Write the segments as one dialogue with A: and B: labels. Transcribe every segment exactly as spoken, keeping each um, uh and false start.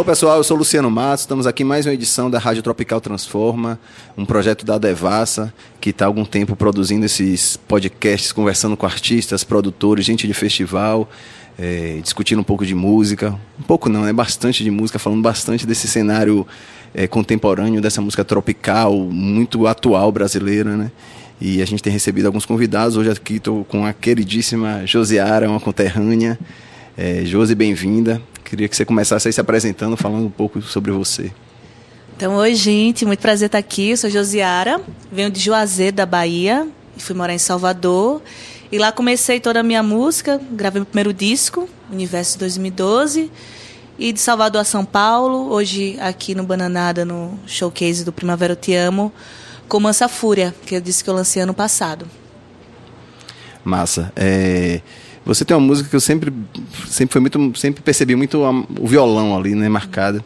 A: pessoal, eu sou Luciano Matos, estamos aqui em mais uma edição da Rádio Tropical Transforma, um projeto da Devassa, que está há algum tempo produzindo esses podcasts, conversando com artistas, produtores, gente de festival, é, discutindo um pouco de música, um pouco não, né? Bastante de música, falando bastante desse cenário é, contemporâneo, dessa música tropical, muito atual brasileira, né? E a gente tem recebido alguns convidados, hoje aqui estou com a queridíssima Josiara, uma conterrânea. É, Josi, bem-vinda. Queria que você começasse aí se apresentando, falando um pouco sobre você.
B: Então, oi, gente. Muito prazer estar aqui. Eu sou Josiara, venho de Juazeiro, da Bahia, e fui morar em Salvador. E lá comecei toda a minha música, gravei meu primeiro disco, Universo dois mil e doze. E de Salvador a São Paulo, hoje aqui no Bananada, no showcase do Primavera Eu Te Amo, com Mansa Fúria, que eu disse que eu lancei ano passado.
A: Massa. É... Você tem uma música que eu sempre, sempre, foi muito, sempre percebi muito o violão ali, né, marcado.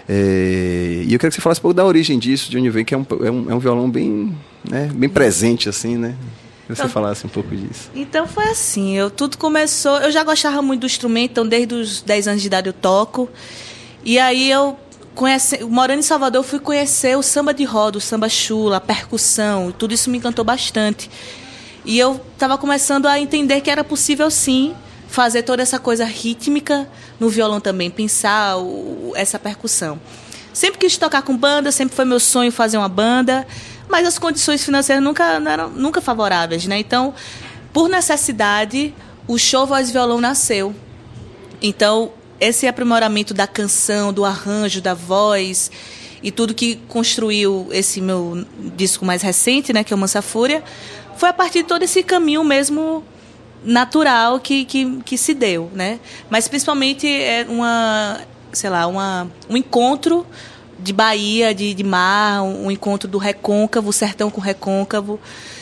A: É, e eu queria que você falasse um pouco da origem disso, de onde vem, que é um, é um, é um violão bem, né, bem presente, assim, né? Que você então, falasse um pouco disso.
B: Então foi assim, eu, tudo começou... Eu já gostava muito do instrumento, então desde os dez anos de idade eu toco. E aí eu, conhece, morando em Salvador, eu fui conhecer o samba de roda, o samba chula, a percussão, tudo isso me encantou bastante. E eu estava começando a entender que era possível, sim, fazer toda essa coisa rítmica no violão também, pensar o, essa percussão. Sempre quis tocar com banda, sempre foi meu sonho fazer uma banda, mas as condições financeiras nunca, não eram nunca favoráveis, né? Então, por necessidade, o show Voz e Violão nasceu. Então, esse aprimoramento da canção, do arranjo, da voz e tudo que construiu esse meu disco mais recente, né, que é o Mansa Fúria, foi a partir de todo esse caminho mesmo natural que, que, que se deu, né? Mas principalmente é uma, sei lá, uma, um encontro de Bahia, de, de mar, um encontro do recôncavo, sertão com recôncavo.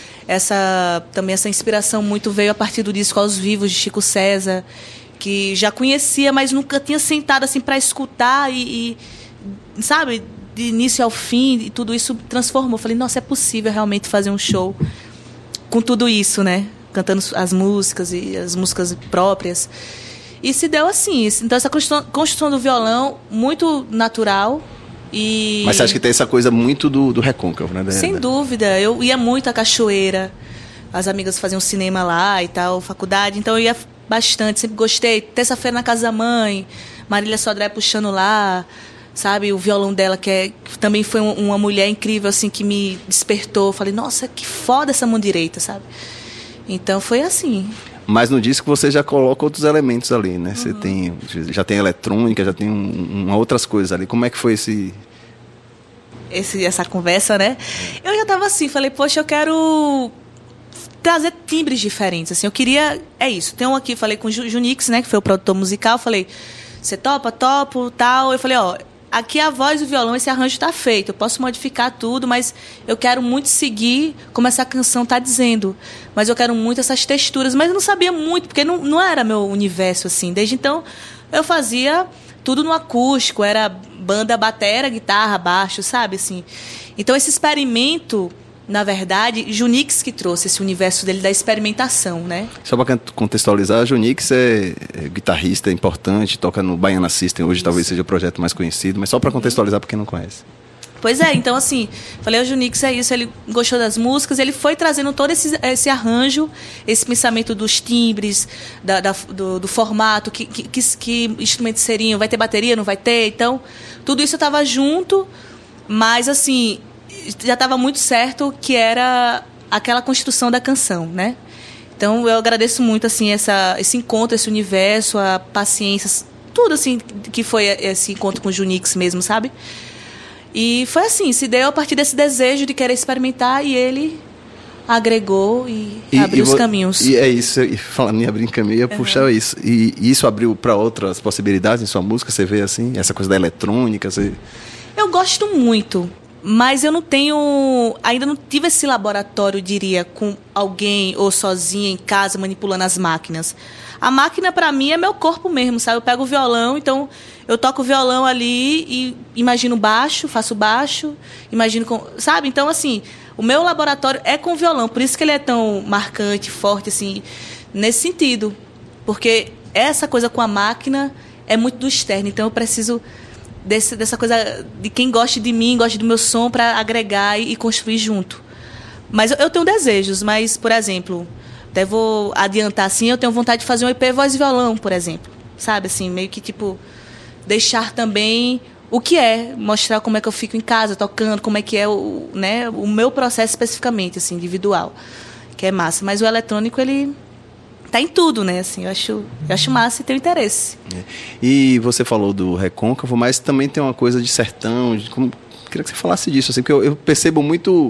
B: Essa, também essa inspiração muito veio a partir do disco Aos Vivos, de Chico César, que já conhecia, mas nunca tinha sentado assim para escutar e, e, sabe, de início ao fim, e tudo isso transformou. Falei, nossa, é possível realmente fazer um show com tudo isso, né? Cantando as músicas e as músicas próprias. E se deu assim. Então, essa construção, construção do violão, muito natural. E...
A: Mas você acha que tem essa coisa muito do, do recôncavo, né?
B: Sem da... dúvida. Eu ia muito à cachoeira. As amigas faziam cinema lá e tal, faculdade. Então, eu ia bastante. Sempre gostei. Terça-feira na casa da mãe. Marília Sodré puxando lá. Sabe, o violão dela, que, é, que também foi uma mulher incrível, assim, que me despertou. Falei, nossa, que foda essa mão direita, sabe? Então, foi assim.
A: Mas no disco você já coloca outros elementos ali, né? Uhum. Você tem, já tem eletrônica, já tem um, um, outras coisas ali. Como é que foi esse...
B: esse essa conversa, né? Eu já tava assim, falei, poxa, eu quero trazer timbres diferentes, assim. Eu queria... É isso. Tem um aqui, falei com o Junix, né? Que foi o produtor musical. Falei, você topa? Topo, tal. Eu falei, ó... Aqui a voz e o violão, esse arranjo está feito. Eu posso modificar tudo, mas eu quero muito seguir como essa canção está dizendo. Mas eu quero muito essas texturas. Mas eu não sabia muito, porque não, não era meu universo, assim. Desde então, eu fazia tudo no acústico. Era banda, batera, guitarra, baixo, sabe? Assim. Então, esse experimento... Na verdade, Junix que trouxe esse universo dele da experimentação, né? Só
A: para contextualizar, Junix é, é guitarrista, é importante, toca no Baiana System, hoje isso. Talvez seja o projeto mais conhecido, mas só para contextualizar para quem não conhece.
B: Pois é, então assim, falei, o Junix é isso, ele gostou das músicas, ele foi trazendo todo esse, esse arranjo, esse pensamento dos timbres, da, da, do, do formato, que, que, que instrumentos seriam, vai ter bateria, não vai ter? Então, tudo isso estava junto, mas assim... já estava muito certo que era aquela construção da canção, né? Então, eu agradeço muito, assim, essa, esse encontro, esse universo, a paciência, tudo, assim, que foi esse encontro com o Junix mesmo, sabe? E foi assim, se deu a partir desse desejo de querer experimentar e ele agregou e, e abriu e, os caminhos.
A: E é isso, e falando em abrir caminho, eu ia uhum. puxar isso. E, e isso abriu para outras possibilidades em sua música, você vê, assim, essa coisa da eletrônica? Você...
B: Eu gosto muito. Mas eu não tenho... Ainda não tive esse laboratório, diria, com alguém ou sozinha em casa manipulando as máquinas. A máquina, para mim, é meu corpo mesmo, sabe? Eu pego o violão, então eu toco o violão ali e imagino baixo, faço baixo, imagino... Com, sabe? Então, assim, o meu laboratório é com o violão. Por isso que ele é tão marcante, forte, assim, nesse sentido. Porque essa coisa com a máquina é muito do externo. Então, eu preciso... desse, dessa coisa de quem gosta de mim, gosta do meu som, para agregar e, e construir junto. Mas eu, eu tenho desejos, mas, por exemplo, até vou adiantar assim, eu tenho vontade de fazer um E P voz e violão, por exemplo. Sabe, assim, meio que, tipo, deixar também o que é, mostrar como é que eu fico em casa, tocando, como é que é o, né, o meu processo especificamente, assim, individual, que é massa. Mas o eletrônico, ele tá em tudo, né, assim, eu acho, eu acho massa e tenho interesse.
A: É. E você falou do Recôncavo, mas também tem uma coisa de sertão, de, como, queria que você falasse disso, assim, porque eu, eu percebo muito...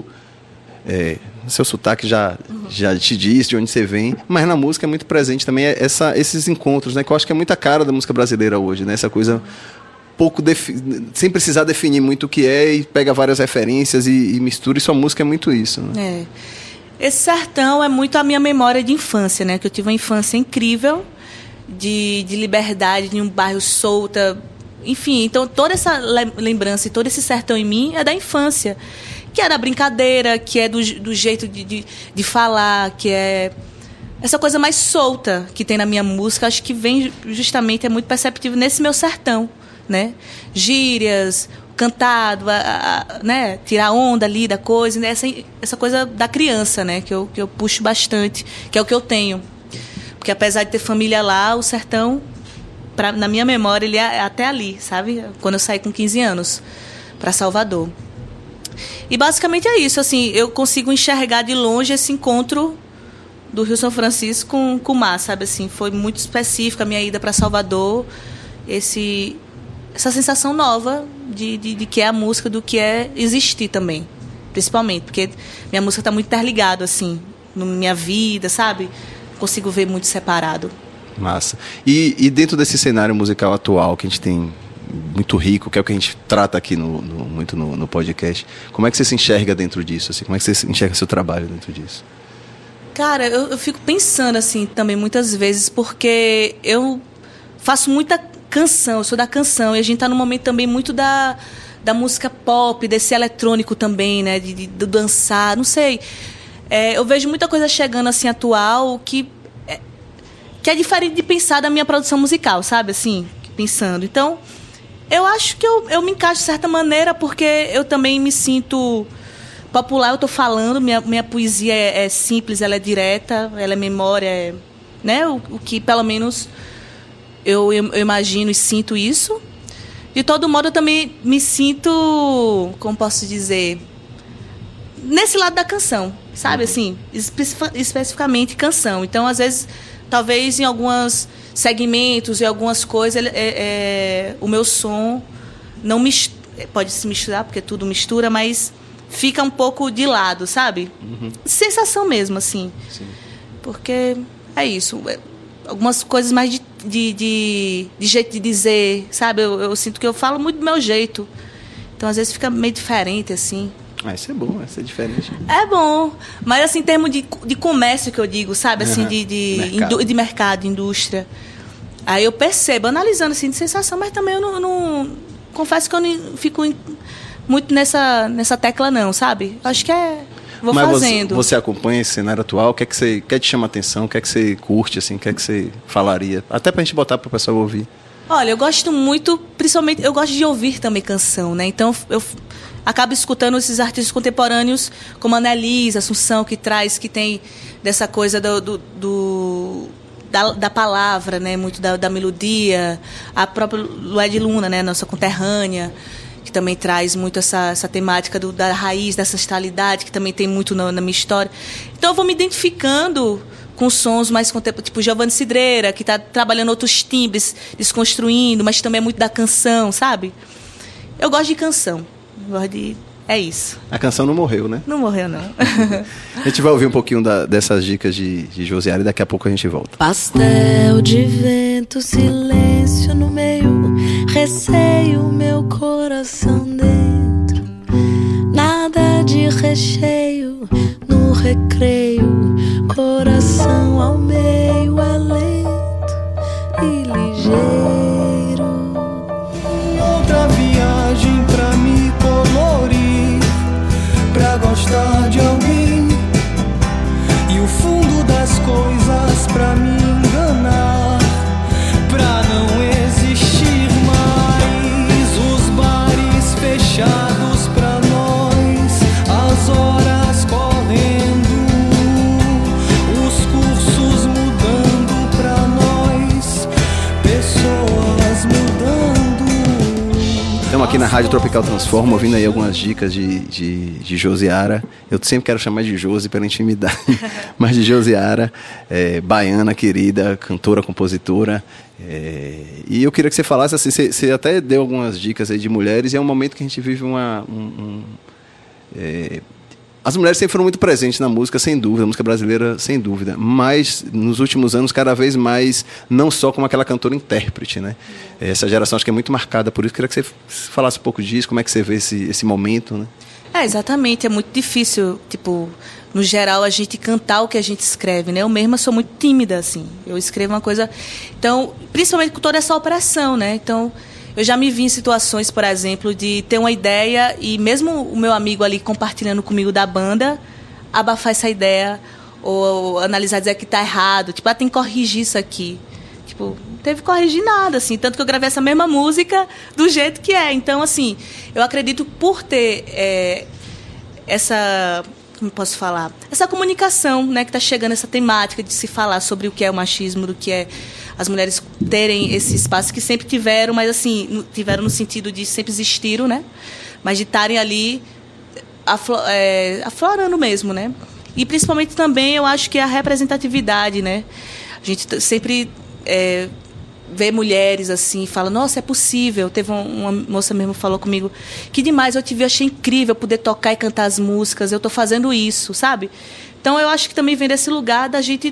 A: É, seu sotaque já, uhum. já te diz de onde você vem, mas na música é muito presente também essa, esses encontros, né, que eu acho que é muita cara da música brasileira hoje, né, essa coisa pouco defi- sem precisar definir muito o que é, e pega várias referências e, e mistura, e sua música é muito isso, né?
B: É. Esse sertão é muito a minha memória de infância, né, que eu tive uma infância incrível, de, de liberdade, de um bairro solta, enfim, então toda essa lembrança e todo esse sertão em mim é da infância, que é da brincadeira, que é do, do jeito de, de, de falar, que é essa coisa mais solta que tem na minha música, acho que vem justamente, é muito perceptível nesse meu sertão, né? Gírias, cantado, a, a, né? Tirar onda ali da coisa, né? essa, essa coisa da criança, né? Que eu, que eu puxo bastante, que é o que eu tenho. Porque apesar de ter família lá, o sertão, pra, na minha memória, ele é até ali, sabe? Quando eu saí com quinze anos para Salvador. E basicamente é isso, assim, eu consigo enxergar de longe esse encontro do Rio São Francisco com, com o mar, sabe, assim, foi muito específica a minha ida para Salvador, esse, essa sensação nova de, de, de que é a música, do que é existir também, principalmente, porque minha música está muito interligada, assim, na minha vida, sabe, consigo ver muito separado.
A: Massa. E, e dentro desse cenário musical atual que a gente tem, muito rico, que é o que a gente trata aqui no, no, muito no, no podcast, como é que você se enxerga dentro disso? Assim? Como é que você enxerga seu trabalho dentro disso?
B: Cara, eu, eu fico pensando assim também muitas vezes, porque eu faço muita canção, eu sou da canção, e a gente tá num momento também muito da, da música pop, desse eletrônico também, né, de, de, de dançar, não sei. É, eu vejo muita coisa chegando assim atual que é, que é diferente de pensar da minha produção musical, sabe, assim, pensando. Então, eu acho que eu, eu me encaixo de certa maneira, porque eu também me sinto popular, eu estou falando, minha, minha poesia é, é simples, ela é direta, ela é memória, é, né? O, o que pelo menos eu, eu, eu imagino e sinto isso. De todo modo, eu também me sinto, como posso dizer, nesse lado da canção, sabe? Assim, especific, especificamente canção. Então, às vezes, talvez em algumas segmentos e algumas coisas, é, é, o meu som não mist- pode se misturar, porque tudo mistura, mas fica um pouco de lado, sabe? Uhum. Sensação mesmo, assim. Sim. Porque é isso. Algumas coisas mais de, de, de, de jeito de dizer, sabe? Eu, eu sinto que eu falo muito do meu jeito. Então, às vezes, fica meio diferente, assim.
A: Ah, isso é bom, isso é diferente.
B: É bom, mas assim, em termos de, de comércio que eu digo, sabe? Assim, uhum. de, de, mercado. Indu, de mercado, indústria. Aí eu percebo, analisando assim, de sensação, mas também eu não... não confesso que eu não fico em, muito nessa, nessa tecla não, sabe? Acho que é... Vou
A: mas
B: fazendo.
A: Você, você acompanha esse cenário atual? O que é que você quer te chama atenção? O que é que você curte, assim? O que é que você falaria? Até pra gente botar pro pessoal ouvir.
B: Olha, eu gosto muito, principalmente, eu gosto de ouvir também canção, né? Então, eu acabo escutando esses artistas contemporâneos, como a Annelise, Assunção, que traz, que tem dessa coisa do... do, do da, da palavra, né? Muito da, da melodia. A própria Lued Luna, né? Nossa conterrânea, que também traz muito essa, essa temática do, da raiz, dessa ancestralidade, que também tem muito na, na minha história. Então, eu vou me identificando com sons mais contemporâneos, tipo Giovanni Cidreira, que está trabalhando outros timbres, desconstruindo, mas também é muito da canção, sabe? Eu gosto de canção. Eu gosto de... É isso.
A: A canção não morreu, né?
B: Não morreu, não.
A: A gente vai ouvir um pouquinho da, dessas dicas de, de Josiara e daqui a pouco a gente volta.
C: Pastel de vento, silêncio no meio, receio meu coração dentro. Nada de recheio no recreio, coração ao meio é lento e ligeiro.
D: Outra viagem pra me colorir, pra gostar de alguém, e o fundo das coisas pra me enganar, pra não existir mais. Os
A: aqui na Rádio Tropical Transforma, ouvindo aí algumas dicas de, de, de Josiara. Eu sempre quero chamar de Josi pela intimidade, mas de Josiara, é, baiana, querida, cantora, compositora. É, e eu queria que você falasse, assim, você, você até deu algumas dicas aí de mulheres, e é um momento que a gente vive uma... Um, um, é, as mulheres sempre foram muito presentes na música, sem dúvida, a música brasileira, sem dúvida, mas nos últimos anos, cada vez mais, não só como aquela cantora-intérprete, né? Essa geração acho que é muito marcada por isso. Queria que você falasse um pouco disso, como é que você vê esse, esse momento, né?
B: É, exatamente, é muito difícil, tipo, no geral, a gente cantar o que a gente escreve, né? Eu mesma sou muito tímida, assim, eu escrevo uma coisa... Então, principalmente com toda essa opressão, né? Então... Eu já me vi em situações, por exemplo, de ter uma ideia e mesmo o meu amigo ali compartilhando comigo da banda, abafar essa ideia ou, ou analisar, dizer que está errado. Tipo, ah, tem que corrigir isso aqui. Tipo, não teve que corrigir nada, assim. Tanto que eu gravei essa mesma música do jeito que é. Então, assim, eu acredito por ter é, essa... Como posso falar? Essa comunicação, né, que está chegando, essa temática de se falar sobre o que é o machismo, do que é as mulheres terem esse espaço que sempre tiveram, mas assim, tiveram no sentido de sempre existiram, né? Mas de estarem ali aflo- é, aflorando mesmo, né? E principalmente também eu acho que a representatividade, né? A gente sempre é, vê mulheres assim e fala, nossa, é possível. Teve uma moça mesmo que falou comigo, que demais, eu te vi, eu achei incrível poder tocar e cantar as músicas, eu estou fazendo isso, sabe? Então eu acho que também vem desse lugar da gente...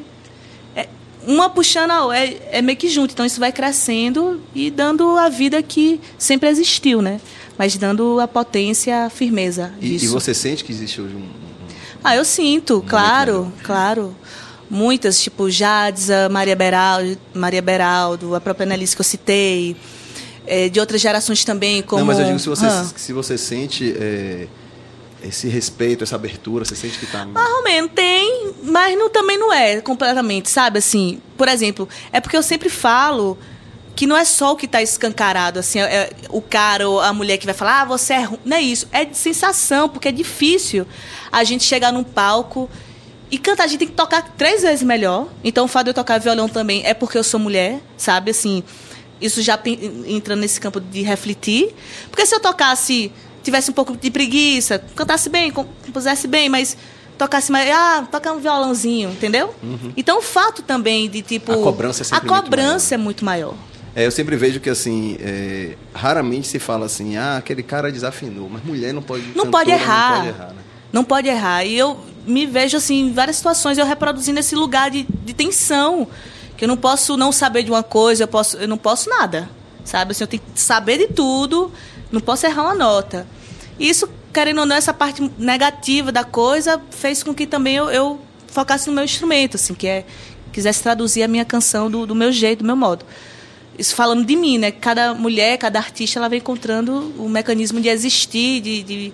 B: Uma puxando a outra, é, é meio que junto. Então, isso vai crescendo e dando a vida que sempre existiu, né? Mas dando a potência, a firmeza disso.
A: E, e você sente que existe hoje um... um
B: ah, eu sinto,
A: um
B: claro, claro. Muitas, tipo Jadza, Maria Beraldo, Maria Beraldo, a própria Annelise que eu citei, é, de outras gerações também, como...
A: Não, mas eu digo, se você,
B: ah.
A: se você sente... É... esse respeito, essa abertura, você sente que está...
B: Mais ou menos, tem, mas não, também não é completamente, sabe? Assim, por exemplo, é porque eu sempre falo que não é só o que está escancarado, assim, é o cara ou a mulher que vai falar, ah, você é ruim. Não é isso, é de sensação, porque é difícil a gente chegar num palco e cantar. A gente tem que tocar três vezes melhor. Então, o fato de eu tocar violão também é porque eu sou mulher, sabe? Assim, isso já entrando nesse campo de refletir. Porque se eu tocasse... tivesse um pouco de preguiça, cantasse bem, compusesse bem, mas tocasse mais... Ah, toca um violãozinho, entendeu? Uhum. Então, o fato também de, tipo...
A: A cobrança é sempre
B: A cobrança
A: muito
B: é muito maior.
A: É, eu sempre vejo que, assim, é, raramente se fala assim, ah, aquele cara desafinou, mas mulher não pode...
B: Não
A: cantora,
B: pode errar.
A: Não pode errar, né?
B: Não pode errar. E eu me vejo, assim, em várias situações, eu reproduzindo esse lugar de, de tensão, que eu não posso não saber de uma coisa, eu, posso, eu não posso nada, sabe? Assim, eu tenho que saber de tudo, não posso errar uma nota. E isso, querendo ou não, essa parte negativa da coisa fez com que também eu, eu focasse no meu instrumento, assim, que é quisesse traduzir a minha canção do, do meu jeito, do meu modo. Isso falando de mim, né? Cada mulher, cada artista, ela vem encontrando o mecanismo de existir, de, de,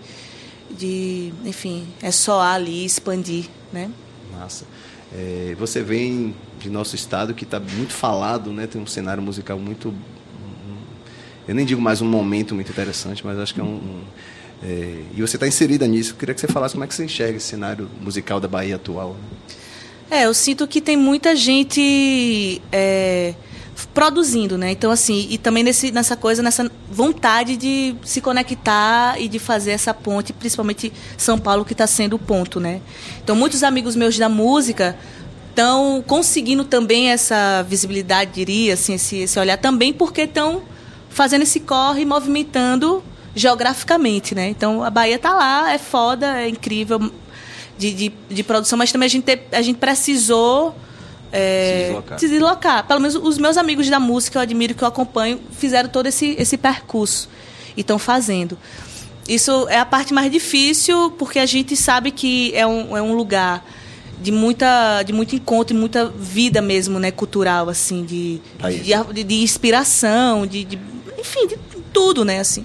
B: de enfim, é soar ali, expandir, né?
A: Massa. É, você vem de nosso estado que está muito falado, né? Tem um cenário musical muito... Eu nem digo mais um momento muito interessante, mas acho que é um... um É, e você está inserida nisso. Eu queria que você falasse como é que você enxerga esse cenário musical da Bahia atual.
B: É, eu sinto que tem muita gente é, produzindo, né? Então, assim, e também nesse, nessa coisa, nessa vontade de se conectar e de fazer essa ponte, principalmente São Paulo, que está sendo o ponto, né? Então, muitos amigos meus da música estão conseguindo também essa visibilidade, diria, assim, esse, esse olhar também, porque estão fazendo esse corre, movimentando geograficamente, né? Então, a Bahia está lá, é foda, é incrível de, de, de produção, mas também a gente, te, a gente precisou é, se, deslocar. se deslocar. Pelo menos os meus amigos da música, eu admiro, que eu acompanho, fizeram todo esse, esse percurso e estão fazendo. Isso é a parte mais difícil, porque a gente sabe que é um, é um lugar de muita de muito encontro, de muita vida mesmo, né, cultural, assim, de, de, de, de inspiração, de, de, enfim, de tudo, né, assim.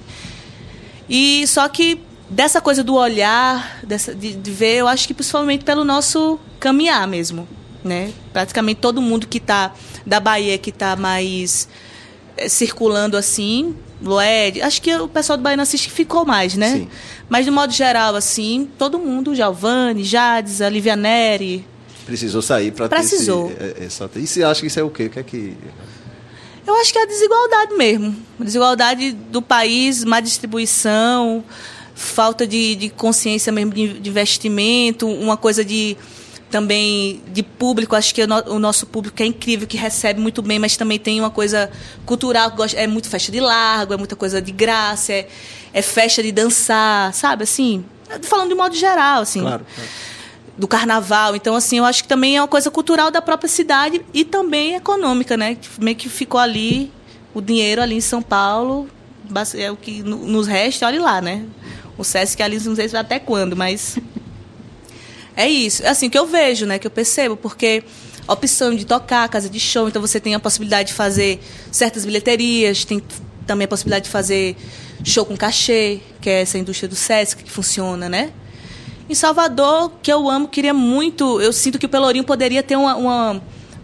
B: E só que dessa coisa do olhar, dessa, de, de ver, eu acho que principalmente pelo nosso caminhar mesmo, né? Praticamente todo mundo que está da Bahia, que está mais é, circulando assim, Loed, acho que o pessoal do Baiano Assiste ficou mais, né?
A: Sim.
B: Mas de modo geral, assim, todo mundo, Giovanni, Jades, a Lívia Neri.
A: Precisou sair para ter esse, essa... E você acha que isso é o quê? O que é que...
B: Eu acho que é a desigualdade mesmo. A desigualdade do país, má distribuição, falta de, de consciência mesmo de, de investimento, uma coisa de também de público. Acho que o, no, o nosso público é incrível, que recebe muito bem, mas também tem uma coisa cultural, que gosta, é muito festa de largo, é muita coisa de graça, é, é festa de dançar, sabe? Assim, falando de modo geral, assim.
A: Claro, claro.
B: Do carnaval. Então, assim, eu acho que também é uma coisa cultural da própria cidade e também econômica, né? Meio que ficou ali, o dinheiro ali em São Paulo, é o que nos resta, olha lá, né? O Sesc ali, não sei até quando, mas é isso. Assim, que eu vejo, né? Que eu percebo, porque a opção de tocar, casa de show, então você tem a possibilidade de fazer certas bilheterias, tem também a possibilidade de fazer show com cachê, que é essa indústria do Sesc que funciona, né? Em Salvador, que eu amo, queria muito... Eu sinto que o Pelourinho poderia ter uma, uma,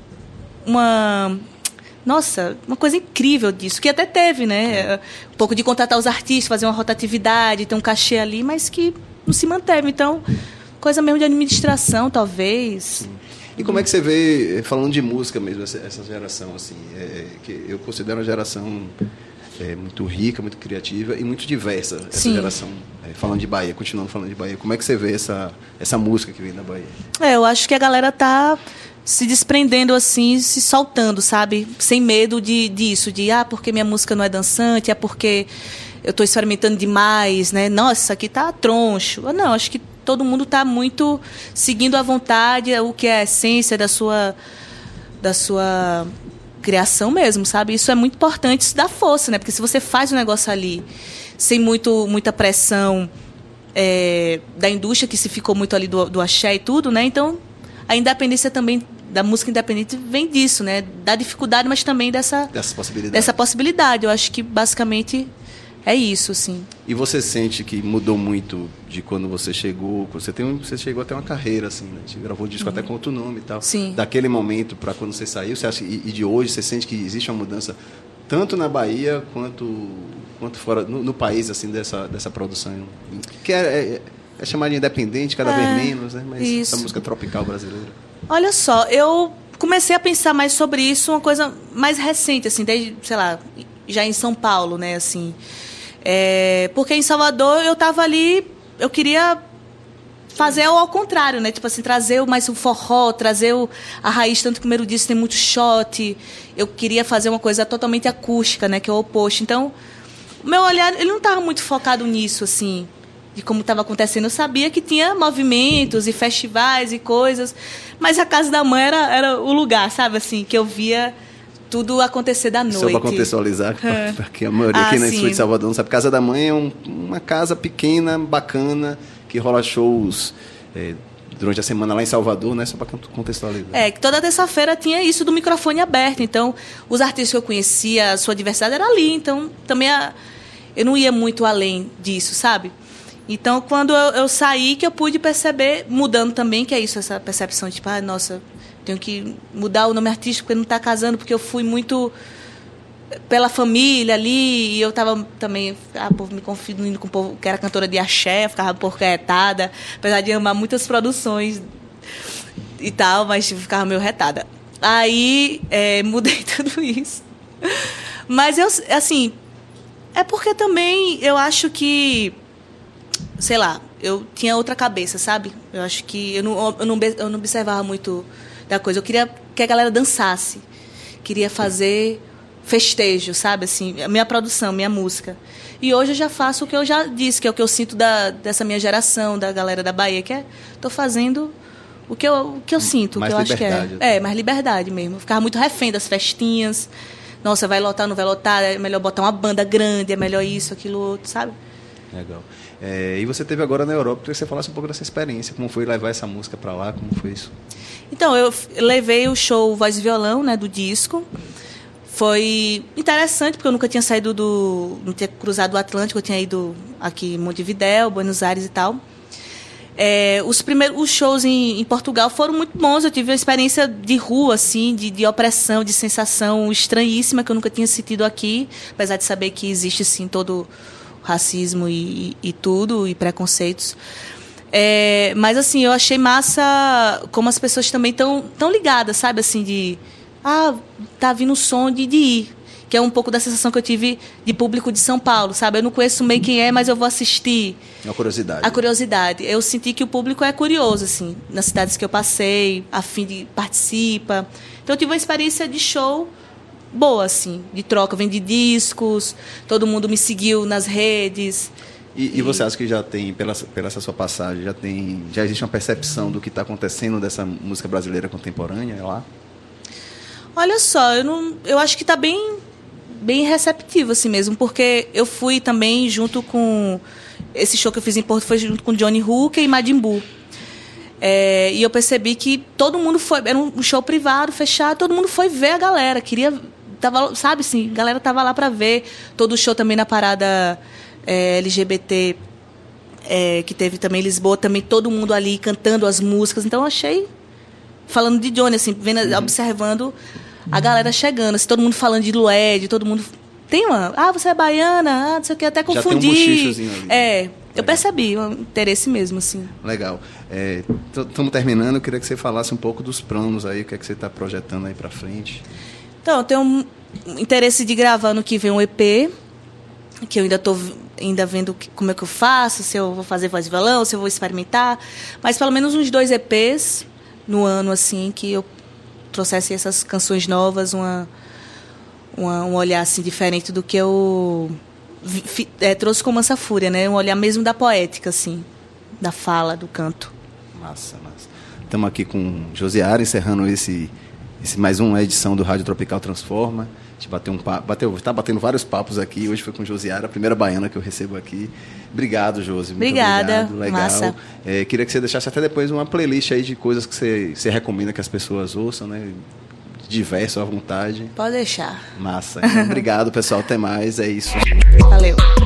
B: uma... Nossa, uma coisa incrível disso, que até teve, né? Um pouco de contratar os artistas, fazer uma rotatividade, ter um cachê ali, mas que não se manteve. Então, coisa mesmo de administração, talvez.
A: Sim. E como é que você vê, falando de música mesmo, essa, essa geração, assim, é, que eu considero uma geração... É muito rica, muito criativa e muito diversa, essa Sim. geração. É, falando de Bahia, continuando falando de Bahia, como é que você vê essa, essa música que vem da Bahia?
B: É, eu acho que a galera tá se desprendendo assim, se soltando, sabe? Sem medo de, disso, de, ah, porque minha música não é dançante, é porque eu estou experimentando demais, né? Nossa, isso aqui tá troncho. Não, acho que todo mundo tá muito seguindo à vontade o que é a essência da sua... Da sua criação mesmo, sabe? Isso é muito importante, isso dá força, né? Porque se você faz um negócio ali sem muito, muita pressão é, da indústria, que se ficou muito ali do, do axé e tudo, né? Então, a independência também da música independente vem disso, né? Da dificuldade, mas também dessa,
A: dessa possibilidade.
B: dessa possibilidade. Eu acho que, basicamente, é isso, sim.
A: E você sente que mudou muito de quando você chegou? Você, tem um, você chegou até uma carreira, assim, né? Você gravou disco uhum. até com outro nome e tal.
B: Sim.
A: Daquele momento para quando você saiu, você acha, e, e de hoje, você sente que existe uma mudança tanto na Bahia quanto, quanto fora, no, no país, assim, dessa, dessa produção? Que é, é, é chamada de independente, cada é, vez menos, né? Mas
B: isso.
A: essa música tropical brasileira.
B: Olha só, eu comecei a pensar mais sobre isso, uma coisa mais recente, assim, desde, sei lá, já em São Paulo, né, assim... É, porque em Salvador eu estava ali, eu queria fazer ao contrário, né? Tipo assim, trazer mais o forró, trazer o, a raiz, tanto que o primeiro disco tem muito shot. Eu queria fazer uma coisa totalmente acústica, né? Que é o oposto. Então, o meu olhar, ele não estava muito focado nisso, assim, de como estava acontecendo. Eu sabia que tinha movimentos e festivais e coisas, mas a Casa da Mãe era, era o lugar, sabe? Assim, que eu via... tudo acontecer da noite. Só
A: para contextualizar, é. porque a maioria ah, aqui na sul de Salvador não sabe. Casa da Mãe é um, uma casa pequena, bacana, que rola shows é, durante a semana lá em Salvador, né? Só para contextualizar.
B: É, que toda terça-feira tinha isso do microfone aberto. Então, os artistas que eu conhecia, a sua diversidade era ali. Então, também a, eu não ia muito além disso, sabe? Então, quando eu, eu saí, que eu pude perceber, mudando também, que é isso, essa percepção de, tipo, ah, nossa... Tenho que mudar o nome artístico porque não está casando, porque eu fui muito pela família ali, e eu estava também, ah, povo me confundindo com o povo que era cantora de axé, ficava porcaetada, apesar de amar muitas produções e tal, mas ficava meio retada. Aí, é, mudei tudo isso. Mas, eu, assim, é porque também eu acho que, sei lá, eu tinha outra cabeça, sabe? Eu acho que eu não, eu não, eu não observava muito... da coisa. Eu queria que a galera dançasse. Queria fazer festejo, sabe? Assim, a minha produção, minha música. E hoje eu já faço o que eu já disse, que é o que eu sinto da, dessa minha geração, da galera da Bahia, que é... Tô fazendo o que eu, o que eu sinto, o que eu acho que é. É, mais liberdade mesmo. Eu ficava muito refém das festinhas. Nossa, vai lotar, não vai lotar? É melhor botar uma banda grande, é melhor isso, aquilo, outro, sabe?
A: Legal. É, e você teve agora na Europa, queria que você falasse um pouco dessa experiência, como foi levar essa música para lá, como foi isso?
B: Então, eu levei o show Voz e Violão, né, do disco. Foi interessante, porque eu nunca tinha saído do... não tinha cruzado o Atlântico, eu tinha ido aqui em Montevidéu, Buenos Aires e tal. É, os primeiros os shows em, em Portugal foram muito bons, eu tive uma experiência de rua, assim, de, de opressão, de sensação estranhíssima que eu nunca tinha sentido aqui, apesar de saber que existe, sim, todo... racismo e, e, e tudo, e preconceitos. É, mas, assim, eu achei massa como as pessoas também estão tão ligadas, sabe? Assim, de... Ah, tá vindo o som de, de ir. que é um pouco da sensação que eu tive de público de São Paulo, sabe? Eu não conheço meio quem é, mas eu vou assistir.
A: A curiosidade.
B: A curiosidade. Eu senti que o público é curioso, assim, nas cidades que eu passei, a fim de participa. Então eu tive uma experiência de show boa, assim, de troca. Eu vendi discos, todo mundo me seguiu nas redes.
A: E, e, e você acha que já tem, pela, pela essa sua passagem, já tem, já existe uma percepção do que está acontecendo dessa música brasileira contemporânea lá?
B: Olha só, eu, não, eu acho que está bem, bem receptivo assim mesmo, porque eu fui também junto com... Esse show que eu fiz em Porto foi junto com Johnny Hooker e Majin Buu. É, e eu percebi que todo mundo foi... Era um show privado, fechado, todo mundo foi ver a galera. Queria... Tava, sabe assim, a galera tava lá para ver. Todo o show também na parada é, L G B T, é, que teve também em Lisboa, também todo mundo ali cantando as músicas. Então eu achei... Falando de Johnny, assim, vendo, uhum. observando a galera chegando, assim, todo mundo falando de Lued, todo mundo... Tem uma... Ah, você é baiana? Ah, não sei o que, até confundi. Já tem um bochichozinho ali. É, eu percebi um interesse mesmo, assim.
A: Legal. Estamos é, terminando, eu queria que você falasse um pouco dos planos aí, o que é que você está projetando aí para frente.
B: Então, eu tenho um interesse de gravar no que vem um E P, que eu ainda estou ainda vendo como é que eu faço, se eu vou fazer voz e violão, se eu vou experimentar, mas pelo menos uns dois E Ps no ano, assim, que eu trouxesse essas canções novas, uma, uma, um olhar assim, diferente do que eu vi, é, trouxe com Mansa Fúria, né? Um olhar mesmo da poética, assim, da fala, do canto.
A: Massa, massa. Estamos aqui com Josiara, encerrando esse, esse mais uma edição do Rádio Tropical Transforma. A gente bateu um papo, bateu, tá batendo vários papos aqui. Hoje foi com Josiara, a primeira baiana que eu recebo aqui. Obrigado, Josi. Muito
B: Obrigada.
A: Obrigado. Legal.
B: Massa.
A: É, queria que você deixasse até depois uma playlist aí de coisas que você, você recomenda que as pessoas ouçam, né? Diverso à vontade.
B: Pode deixar.
A: Massa. Então, obrigado, pessoal. Até mais. É isso.
B: Valeu.